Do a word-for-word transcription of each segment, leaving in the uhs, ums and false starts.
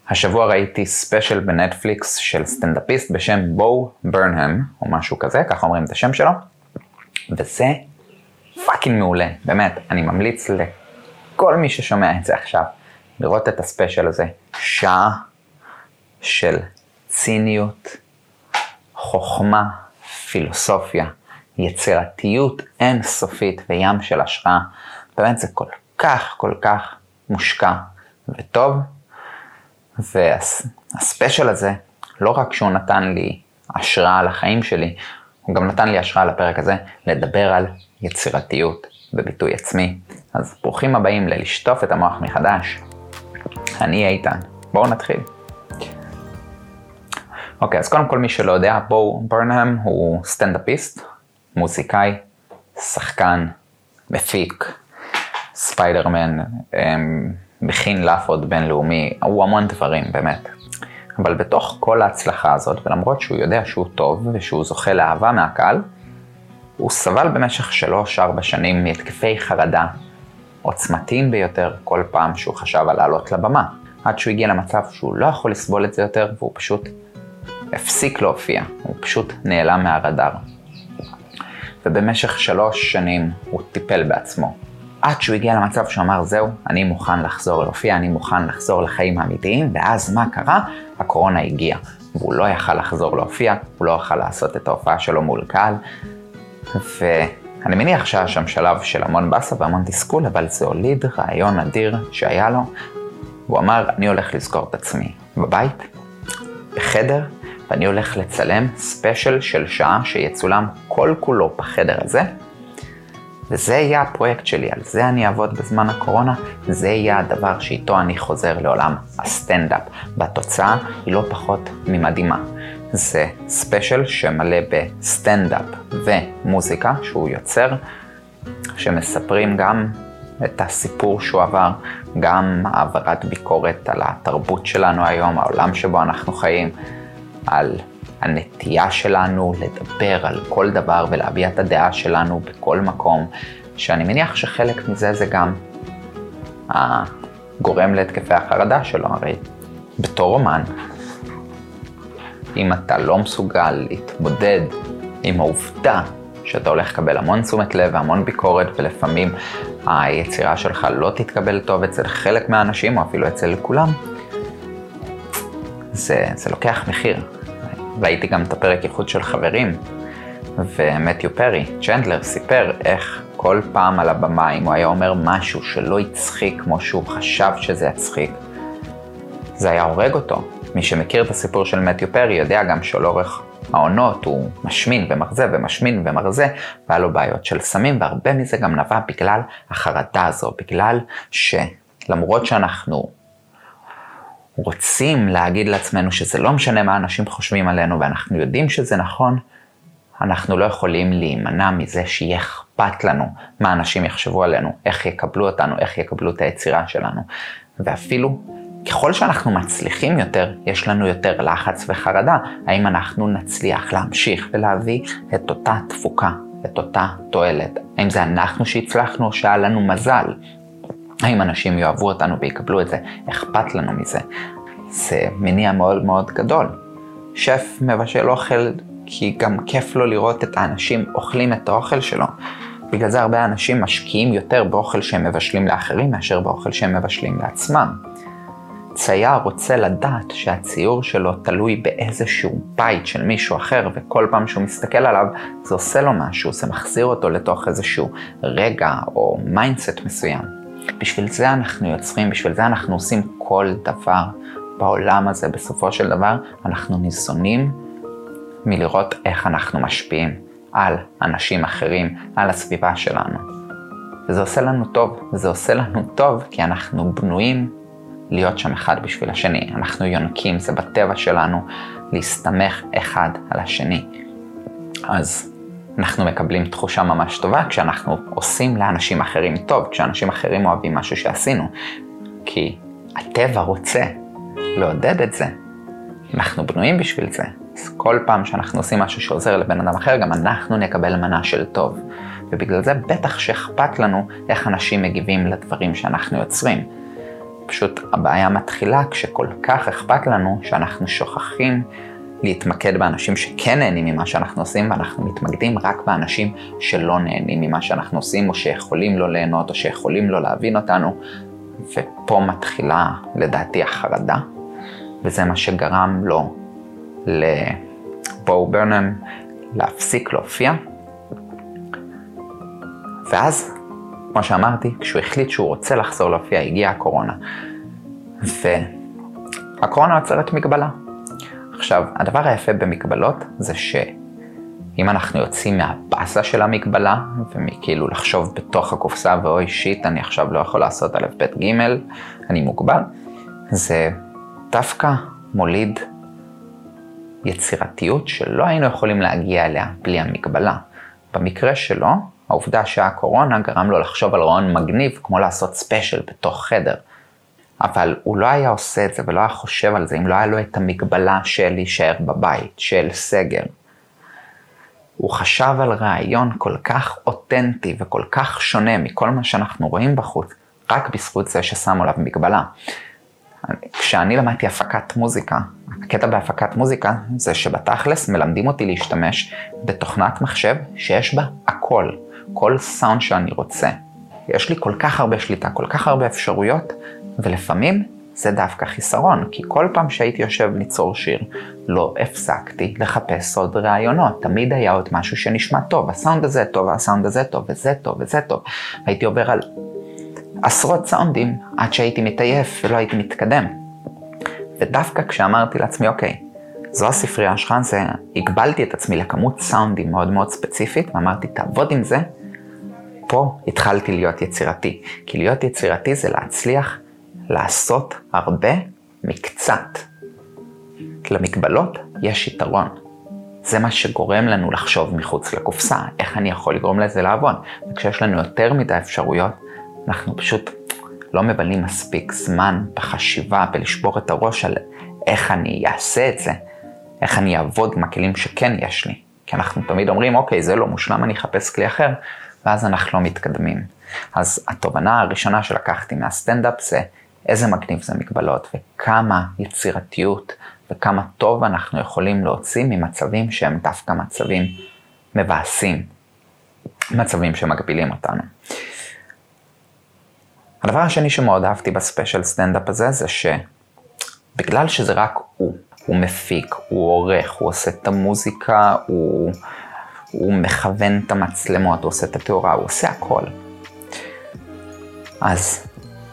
השבוע ראיתי ספיישל בנטפליקס של סטנדאפיסט בשם בו ברנהם, או משהו כזה, ככה אומרים את השם שלו, וזה פאקינג מעולה, באמת, אני ממליץ לכל מי ששומע את זה עכשיו, לראות את הספיישל הזה, שעה של ציניות, חוכמה, פילוסופיה, יצירתיות אינסופית וים של השראה, באמת זה כל כך כל כך מושקע וטוב, והספיישל הזה, לא רק שהוא נתן לי השראה על החיים שלי, הוא גם נתן לי השראה לפרק הזה, לדבר על יצירתיות בביטוי עצמי. אז ברוכים הבאים ללשטוף את המוח מחדש. אני איתן, בואו נתחיל. אוקיי, אז קודם כל מי שלא יודע, בו ברנהם הוא סטנדאפיסט, מוזיקאי, שחקן, מפיק, ספיידרמן, מכין להפות בינלאומי, הוא המון דברים באמת. אבל בתוך כל ההצלחה הזאת, ולמרות שהוא יודע שהוא טוב ושהוא זוכה לאהבה מהקהל, הוא סבל במשך שלוש ארבע שנים מהתקפי חרדה עוצמתיים ביותר כל פעם שהוא חשב על לעלות לבמה. עד שהוא הגיע למצב שהוא לא יכול לסבול את זה יותר, והוא פשוט הפסיק להופיע, הוא פשוט נעלם מהרדאר. ובמשך שלוש שנים הוא טיפל בעצמו. עד שהוא הגיע למצב שהוא אמר, זהו, אני מוכן לחזור להופיע, אני מוכן לחזור לחיים האמיתיים, ואז מה קרה? הקורונה הגיעה, והוא לא יכל לחזור להופיע, הוא לא יכל לעשות את ההופעה שלו מול קהל, ואני מניח שהיה שם שלב של המון בסה והמון תסכול, אבל זה הוליד רעיון אדיר שהיה לו, והוא אמר, אני הולך לזכור את עצמי בבית, בחדר, ואני הולך לצלם ספיישל של שעה שיצולם כל כולו בחדר הזה, וזה יהיה הפרויקט שלי, על זה אני אעבוד בזמן הקורונה, זה יהיה הדבר שאיתו אני חוזר לעולם הסטנדאפ. בתוצאה היא לא פחות ממדהימה. זה ספיישל שמלא בסטנדאפ ומוזיקה שהוא יוצר, שמספרים גם את הסיפור שהוא עבר, גם העברת ביקורת על התרבות שלנו היום, העולם שבו אנחנו חיים, על הנטייה שלנו לדבר על כל דבר ולהביע את הדעה שלנו בכל מקום, שאני מניח שחלק מזה זה גם הגורם להתקפי החרדה שלו. הרי בתור אומן, אם אתה לא מסוגל להתמודד עם העובדה שאתה הולך לקבל המון תשומת לב והמון ביקורת, ולפעמים היצירה שלך לא תתקבל טוב אצל חלק מהאנשים או אפילו אצל כולם, זה, זה לוקח מחיר. והייתי גם את הפרק ייחוד של חברים, ומתיו פרי, צ'נדלר, סיפר איך כל פעם על הבמה, אם הוא היה אומר משהו שלא יצחיק כמו שהוא חשב שזה יצחיק, זה היה הורג אותו. מי שמכיר את הסיפור של מתיו פרי יודע גם שלאורך העונות הוא משמין ומרזה ומשמין ומרזה, והיה לו בעיות של סמים, והרבה מזה גם נבע בגלל החרדה הזו, בגלל שלמרות שאנחנו רוצים להגיד לעצמנו שזה לא משנה מה אנשים חושבים עלינו, ואנחנו יודעים שזה נכון, אנחנו לא יכולים להימנע מזה שיהיה אכפת לנו מה אנשים יחשבו עלינו, איך יקבלו אותנו, איך יקבלו את היצירה שלנו. ואפילו ככל שאנחנו מצליחים יותר, יש לנו יותר לחץ וחרדה. האם אנחנו נצליח להמשיך ולהביא את אותה תפוקה, את אותה תועלת? האם זה אנחנו שהצלחנו או שהיה לנו מזל? האם אנשים יאהבו אותנו ויקבלו את זה? אכפת לנו מזה. זה מניע מאוד מאוד גדול. שף מבשל אוכל כי גם כיף לו לראות את האנשים אוכלים את האוכל שלו. בגלל זה הרבה אנשים משקיעים יותר באוכל שהם מבשלים לאחרים מאשר באוכל שהם מבשלים לעצמם. צייר רוצה לדעת שהציור שלו תלוי באיזשהו בית של מישהו אחר, וכל פעם שהוא מסתכל עליו זה עושה לו משהו, זה מחזיר אותו לתוך איזשהו רגע או מיינדסט מסוים. בשביל זה אנחנו יוצרים, בשביל זה אנחנו עושים כל דבר בעולם הזה. בסופו של דבר אנחנו ניזונים מלראות איך אנחנו משפיעים על אנשים אחרים, על הסביבה שלנו. וזה עושה לנו טוב, וזה עושה לנו טוב כי אנחנו בנויים להיות שם אחד בשביל השני. אנחנו יונקים, זה בטבע שלנו להסתמך אחד על השני. אז אנחנו מקבלים תחושה ממש טובה כשאנחנו עושים לאנשים אחרים טוב, כשאנשים אחרים אוהבים משהו שעשינו. כי הטבע רוצה לעודד את זה. אנחנו בנויים בשביל זה. אז כל פעם שאנחנו עושים משהו שעוזר לבן אדם אחר, גם אנחנו נקבל מנה של טוב. ובגלל זה בטח שאכפת לנו איך אנשים מגיבים לדברים שאנחנו יוצרים. פשוט הבעיה מתחילה כשכל כך אכפת לנו שאנחנו שוכחים להתמקד באנשים שכן נהנים ממה שאנחנו עושים, ואנחנו מתמקדים רק באנשים שלא נהנים ממה שאנחנו עושים, או שיכולים לא ליהנות, או שיכולים לא להבין אותנו. ופה מתחילה לדעתי החרדה, וזה מה שגרם לו לבו ברנם להפסיק להופיע. ואז, כמו שאמרתי, כשהוא החליט שהוא רוצה לחזור להופיע, הגיעה הקורונה. והקורונה יוצרת מגבלה. עכשיו, הדבר היפה במגבלות זה שאם אנחנו יוצאים מהבאסה של המגבלה, ומכאילו לחשוב בתוך הקופסה ואוי שיט, אני עכשיו לא יכול לעשות א' ב' ג', אני מוגבל, זה דווקא מוליד יצירתיות שלא היינו יכולים להגיע אליה בלי המגבלה. במקרה שלו, העובדה שהקורונה גרם לו לחשוב על רעיון מגניב, כמו לעשות ספיישל בתוך חדר. אבל הוא לא היה עושה את זה ולא היה חושב על זה, אם לא היה לו את המגבלה של להישאר בבית, של סגר. הוא חשב על רעיון כל כך אותנטי וכל כך שונה מכל מה שאנחנו רואים בחוץ, רק בזכות זה ששמו עליו מגבלה. כשאני למדתי הפקת מוזיקה, הקטע בהפקת מוזיקה זה שבתכלס מלמדים אותי להשתמש בתוכנת מחשב שיש בה הכל, כל סאונד שאני רוצה. יש לי כל כך הרבה שליטה, כל כך הרבה אפשרויות, ולפעמים זה דווקא חיסרון, כי כל פעם שהייתי יושב ליצור שיר, לא הפסקתי לחפש עוד רעיונות. תמיד היה עוד משהו שנשמע טוב, הסאונד הזה טוב, הסאונד הזה טוב, וזה טוב, וזה טוב. הייתי עובר על עשרות סאונדים עד שהייתי מתעייף ולא הייתי מתקדם. ודווקא כשאמרתי לעצמי, אוקיי, זו הספרייה שלך, זה, הגבלתי את עצמי לכמות סאונדים מאוד מאוד ספציפית, ואמרתי, תעבוד עם זה, פה התחלתי להיות יצירתי. כי להיות יצירתי זה להצליח לעשות הרבה מקצת. למגבלות יש יתרון. זה מה שגורם לנו לחשוב מחוץ לקופסה. איך אני יכול לגרום לזה לעבוד? וכשיש לנו יותר מדי אפשרויות, אנחנו פשוט לא מבלים מספיק זמן בחשיבה, בלשבור את הראש על איך אני אעשה את זה, איך אני אעבוד עם הכלים שכן יש לי. כי אנחנו תמיד אומרים, אוקיי, זה לא מושלם, אני אחפש כלי אחר, ואז אנחנו לא מתקדמים. אז התובנה הראשונה שלקחתי מהסטנדאפ זה איזה מגניב זה מגבלות, וכמה יצירתיות, וכמה טוב אנחנו יכולים להוציא ממצבים שהם דווקא מצבים מבאסים, מצבים שמגבילים אותנו. הדבר השני שמאוד אהבתי בספיישל סטנדאפ הזה, זה שבגלל שזה רק הוא, הוא מפיק, הוא עורך, הוא עושה את המוזיקה, הוא, הוא מכוון את המצלמות, הוא עושה את התאורה, הוא עושה הכל. אז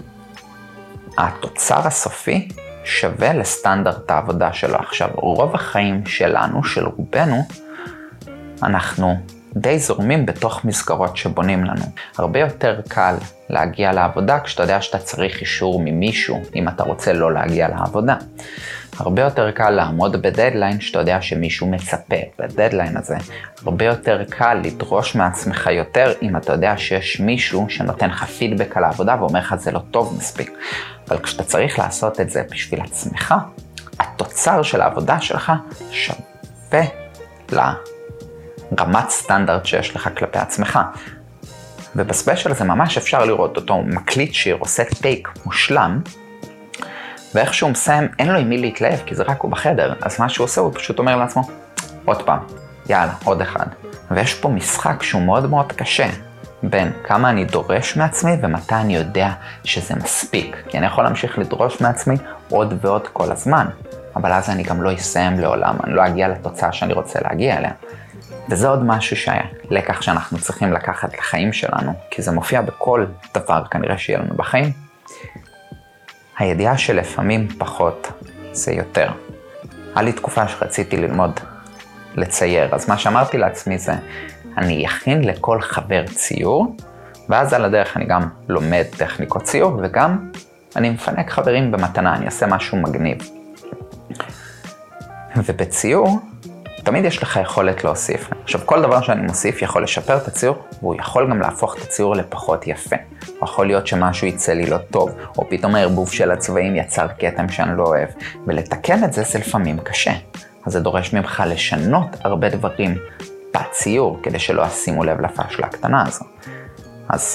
התוצר הסופי שווה לסטנדרט העבודה שלו. עכשיו, רוב החיים שלנו, של רובנו, אנחנו די זורמים בתוך מסגרות שבונים לנו. הרבה יותר קל להגיע לעבודה כשאתה יודע שאתה צריך אישור ממישהו, אם אתה רוצה לא להגיע לעבודה. הרבה יותר קל לעמוד בדדליין שאתה יודע שמישהו מצפה לדדליין הזה. הרבה יותר קל לדרוש מעצמך יותר אם אתה יודע שיש מישהו שנותן לך פידבק על העבודה ואומר לך זה לא טוב מספיק. אבל כשאתה צריך לעשות את זה בשביל עצמך, התוצר של העבודה שלך שווה לרמת סטנדרט שיש לך כלפי עצמך. ובספיישל זה ממש אפשר לראות אותו, הוא מקליט שיר, עושה טייק מושלם, ואיך שהוא מסיים, אין לו עם מי להתלהב, כי זה רק הוא בחדר. אז מה שהוא עושה, הוא פשוט אומר לעצמו, עוד פעם, יאללה, עוד אחד. ויש פה משחק שהוא מאוד מאוד קשה, בין כמה אני דורש מעצמי, ומתי אני יודע שזה מספיק. כי אני יכול להמשיך לדרוש מעצמי עוד ועוד כל הזמן, אבל אז אני גם לא אסיים לעולם, אני לא אגיע לתוצאה שאני רוצה להגיע אליה. וזה עוד משהו שהיה לקח שאנחנו צריכים לקחת לחיים שלנו, כי זה מופיע בכל דבר כנראה שיהיה לנו בחיים. הידיעה שלפעמים פחות זה יותר. היה לי תקופה שרציתי ללמוד לצייר, אז מה שאמרתי לעצמי זה, אני אכין לכל חבר ציור, ואז על הדרך אני גם לומד טכניקות ציור, וגם אני מפנק חברים במתנה, אני אעשה משהו מגניב. ובציור, תמיד יש לך יכולת להוסיף. עכשיו, כל דבר שאני מוסיף יכול לשפר את הציור, והוא יכול גם להפוך את הציור לפחות יפה. או יכול להיות שמשהו יצא לי לא טוב, או פתאום הערבוב של הצבעים יצר קטע שאני לא אוהב. ולתקן את זה זה לפעמים קשה. אז זה דורש ממך לשנות הרבה דברים בציור, כדי שלא ישימו לב לפשלה הקטנה הזו. אז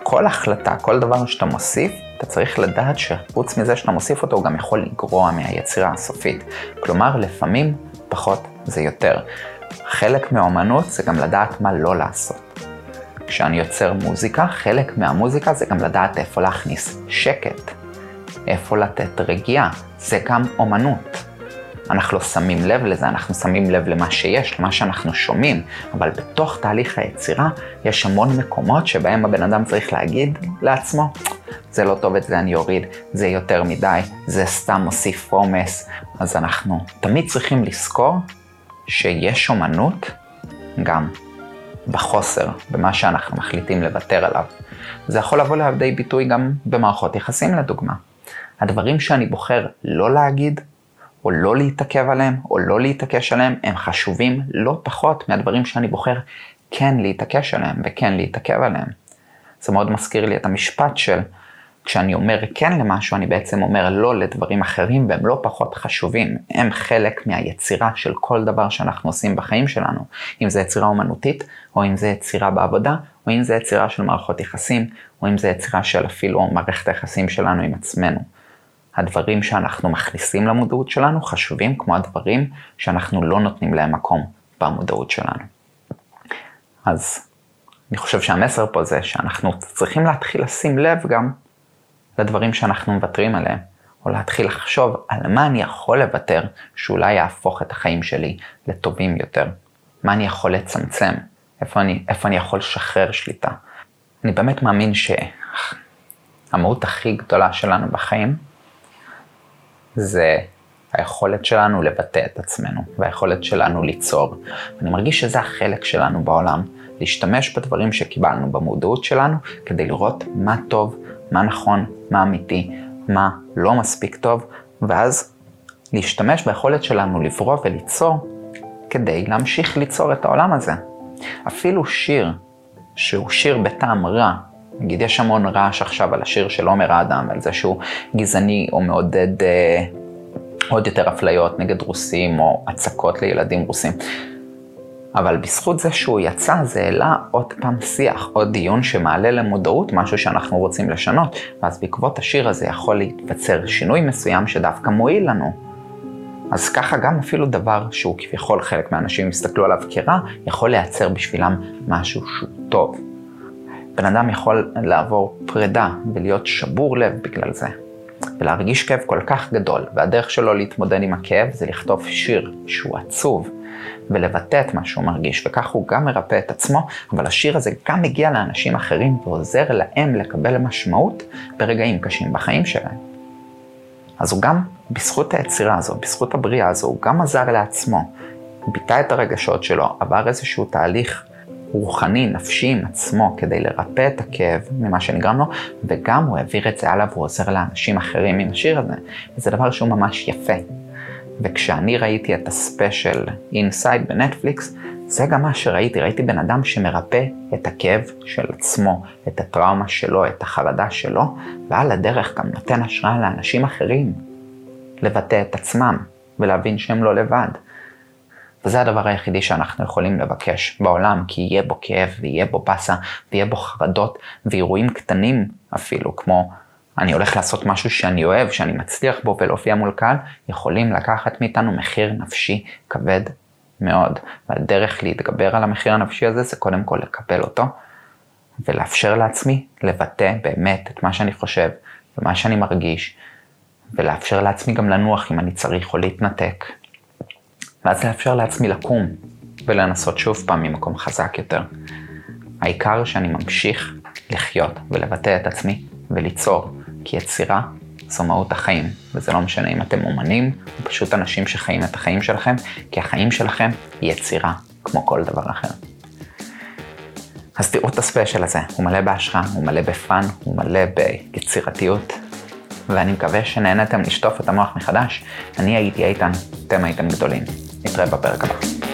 כל החלטה, כל דבר שאתה מוסיף, אתה צריך לדעת שחוץ מזה שאתה מוסיף אותו, הוא גם יכול לגרוע מהיצירה הסופית. כלומר, לפעמים פחות זה יותר. חלק מהאומנות זה גם לדעת מה לא לעשות. כשאני יוצר מוזיקה, חלק מהמוזיקה זה גם לדעת איפה להכניס שקט, איפה לתת רגיעה. זה גם אומנות. אנחנו לא שמים לב לזה, אנחנו שמים לב למה שיש, למה שאנחנו שומעים, אבל בתוך תהליך היצירה יש המון מקומות שבהם הבן אדם צריך להגיד לעצמו, זה לא טוב, את זה אני אוריד, זה יותר מדי, זה סתם מוסיף עומס. אז אנחנו תמיד צריכים לזכור שיש אומנות גם בחוסר, במה שאנחנו מחליטים לוותר עליו. זה יכול לבוא לידי ביטוי גם במערכות יחסים לדוגמה. הדברים שאני בוחר לא להגיד, או לא להתעכב עליהם, או לא להתעקש עליהם, הם חשובים לא פחות מהדברים שאני בוחר כן להתעקש עליהם, וכן להתעכב עליהם. זה מאוד מזכיר לי את המשפט של, כשאני אומר כן למשהו, אני בעצם אומר לא לדברים אחרים, והם לא פחות חשובים. הם חלק מהיצירה של כל דבר שאנחנו עושים בחיים שלנו. אם זה יצירה אומנותית, או אם זה יצירה בעבודה, או אם זה יצירה של מערכות יחסים, או אם זה יצירה של אפילו מערכת היחסים שלנו עם עצמנו. הדברים שאנחנו מכניסים למודעות שלנו חשובים כמו הדברים שאנחנו לא נותנים להם מקום במודעות שלנו. אז אני חושב שהמסר פה זה שאנחנו צריכים להתחיל לשים לב גם לדברים שאנחנו מוותרים עליהם, או להתחיל לחשוב על מה אני יכול לוותר שאולי יהפוך את החיים שלי לטובים יותר. מה אני יכול לצמצם, איפה אני, איפה אני יכול לשחרר שליטה. אני באמת מאמין שהמהות הכי גדולה שלנו בחיים זה היכולת שלנו לבטא את עצמנו, והיכולת שלנו ליצור. אני מרגיש שזה החלק שלנו בעולם, להשתמש בדברים שקיבלנו במודעות שלנו, כדי לראות מה טוב, מה נכון, מה אמיתי, מה לא מספיק טוב, ואז להשתמש ביכולת שלנו לברוא וליצור, כדי להמשיך ליצור את העולם הזה. אפילו שיר, שהוא שיר בטעם רע, נגיד יש המון רעש עכשיו על השיר של עומר אדם, על זה שהוא גזעני או מעודד אה, עוד יותר אפליות נגד רוסים או הצקות לילדים רוסים. אבל בזכות זה שהוא יצא, זה העלה עוד פעם שיח, עוד דיון שמעלה למודעות משהו שאנחנו רוצים לשנות, ואז בעקבות השיר הזה יכול להתבצר שינוי מסוים שדווקא מועיל לנו. אז ככה גם אפילו דבר שהוא כביכול חלק מהאנשים יסתכלו עליו כרע, יכול לייצר בשבילם משהו שהוא טוב. בן אדם יכול לעבור פרידה ולהיות שבור לב בגלל זה, ולהרגיש כאב כל כך גדול, והדרך שלו להתמודד עם הכאב זה לכתוב שיר שהוא עצוב, ולבטא את מה שהוא מרגיש, וכך הוא גם מרפא את עצמו, אבל השיר הזה גם מגיע לאנשים אחרים, ועוזר להם לקבל משמעות ברגעים קשים בחיים שלהם. אז הוא גם, בזכות היצירה הזו, בזכות הבריאה הזו, הוא גם עזר לעצמו, ביטא את הרגשות שלו, עבר איזשהו תהליך רוחני, נפשי עם עצמו, כדי לרפא את הכאב ממה שנגרם לו, וגם הוא העביר את זה הלאה, והוא עוזר לאנשים אחרים עם השיר הזה. וזה דבר שהוא ממש יפה. וכשאני ראיתי את הספיישל אינסייד בנטפליקס, זה גם מה שראיתי, ראיתי בן אדם שמרפא את הכאב של עצמו, את הטראומה שלו, את החרדה שלו, ועל הדרך גם נותן השראה לאנשים אחרים, לבטא את עצמם, ולהבין שהם לא לבד. וזה הדבר היחידי שאנחנו יכולים לבקש בעולם, כי יהיה בו כאב, ויהיה בו בסה, ויהיה בו חרדות, ואירועים קטנים אפילו, כמו אני הולך לעשות משהו שאני אוהב, שאני מצליח בו ולהופיע מול קהל, יכולים לקחת מאיתנו מחיר נפשי כבד מאוד. והדרך להתגבר על המחיר הנפשי הזה, זה קודם כל לקבל אותו, ולאפשר לעצמי לבטא באמת את מה שאני חושב, ומה שאני מרגיש, ולאפשר לעצמי גם לנוח אם אני צריך או להתנתק. ואז לאפשר לעצמי לקום, ולנסות שוב פעם ממקום חזק יותר. העיקר שאני ממשיך לחיות ולבטא את עצמי וליצור, כי יצירה זו מהות החיים, וזה לא משנה אם אתם אומנים, או פשוט אנשים שחיים את החיים שלכם, כי החיים שלכם היא יצירה, כמו כל דבר אחר. אז תראו את הספיישל הזה, הוא מלא בהשראה, הוא מלא בפן, הוא מלא ביצירתיות, ואני מקווה שנהנתם לשטוף את המוח מחדש. אני הייתי איתן, אתם הייתם גדולים. נתראה בפרק הבא.